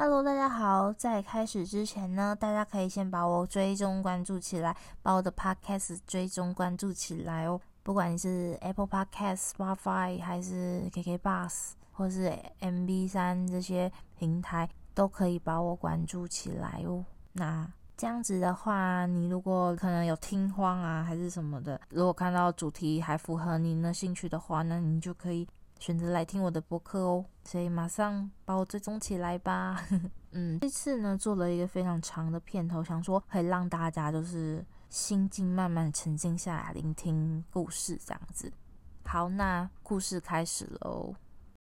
Hello， 大家好。在开始之前呢，大家可以先把我追踪关注起来，把我的 Podcast 追踪关注起来哦。不管你是 Apple Podcast、Spotify 还是 KKBOX 或是 MB3 这些平台，都可以把我关注起来哦。那这样子的话，你如果可能有听荒啊还是什么的，如果看到主题还符合你的兴趣的话，那你就可以选择来听我的播客哦。所以马上把我追踪起来吧。这次呢做了一个非常长的片头，想说可以让大家就是心境慢慢沉静下来，聆听故事这样子。好，那故事开始咯。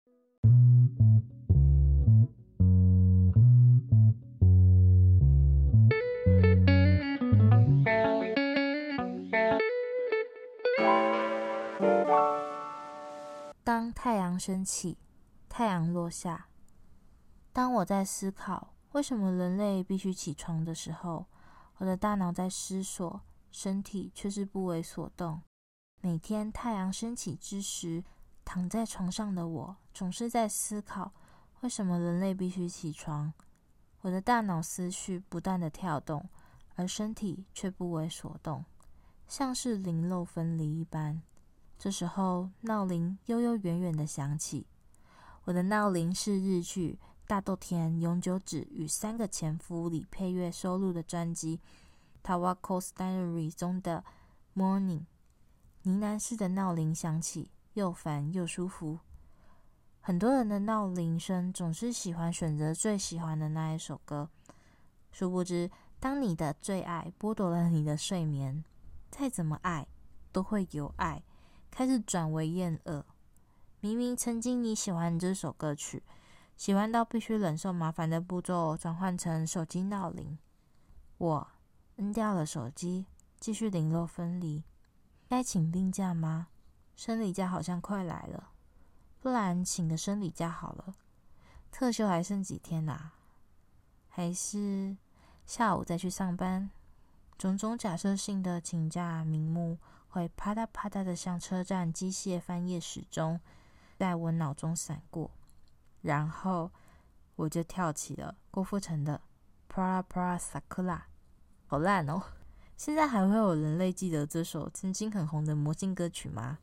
当太阳升起，太阳落下。当我在思考为什么人类必须起床的时候，我的大脑在思索，身体却是不为所动。每天太阳升起之时，躺在床上的我总是在思考为什么人类必须起床。我的大脑思绪不断的跳动，而身体却不为所动，像是灵肉分离一般。这时候闹铃悠悠远远的响起，我的闹铃是日剧大豆田永久子与3个前夫里配乐收录的专辑 Tawako's Diary 中的 Morning。 呢喃式的闹铃响起，又烦又舒服。很多人的闹铃声总是喜欢选择最喜欢的那一首歌，殊不知当你的最爱剥夺了你的睡眠，再怎么爱都会由爱开始转为厌恶。明明曾经你喜欢这首歌曲，喜欢到必须忍受麻烦的步骤转换成手机闹铃，我扔掉了手机，继续零落分离。该请病假吗？生理假好像快来了，不然请个生理假好了。特休还剩几天啊？还是下午再去上班？种种假设性的请假名目会啪嗒啪嗒的像车站机械翻页时钟在我脑中闪过，然后我就跳起了郭富城的 Pra Pra Sakura。 好烂哦！现在还会有人类记得这首曾经很红的魔性歌曲吗？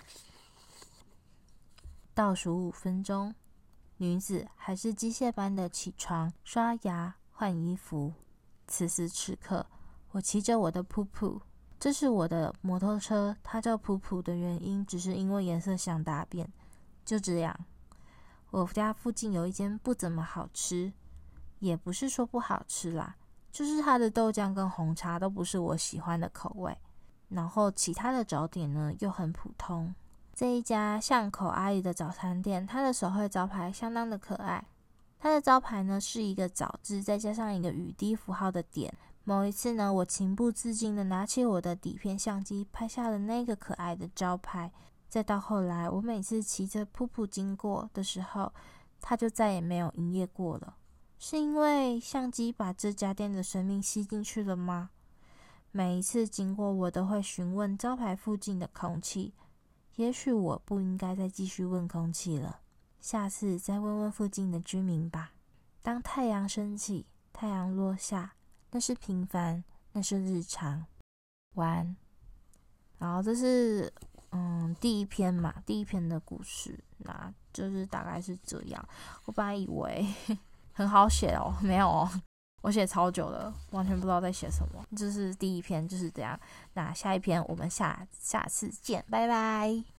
倒数5分钟，女子还是机械般的起床、刷牙、换衣服。此时此刻，我骑着我的噗噗，这是我的摩托车，它叫噗噗的原因只是因为颜色像大便。就这样，我家附近有一间不怎么好吃，也不是说不好吃啦，就是它的豆浆跟红茶都不是我喜欢的口味，然后其他的早点呢又很普通。这一家巷口阿姨的早餐店，它的手绘招牌相当的可爱。它的招牌呢是一个早字再加上一个雨滴符号的点。某一次呢，我情不自禁的拿起我的底片相机拍下了那个可爱的招牌。再到后来，我每次骑着噗噗经过的时候，它就再也没有营业过了。是因为相机把这家店的生命吸进去了吗？每一次经过，我都会询问招牌附近的空气。也许我不应该再继续问空气了，下次再问问附近的居民吧。当太阳升起，太阳落下，那是平凡，那是日常。晚安。然后这是第一篇嘛，第一篇的故事，那就是大概是这样。我本来以为很好写哦，没有哦，我写超久了，完全不知道在写什么。这是第一篇，就是这样。那下一篇我们下次见，拜拜。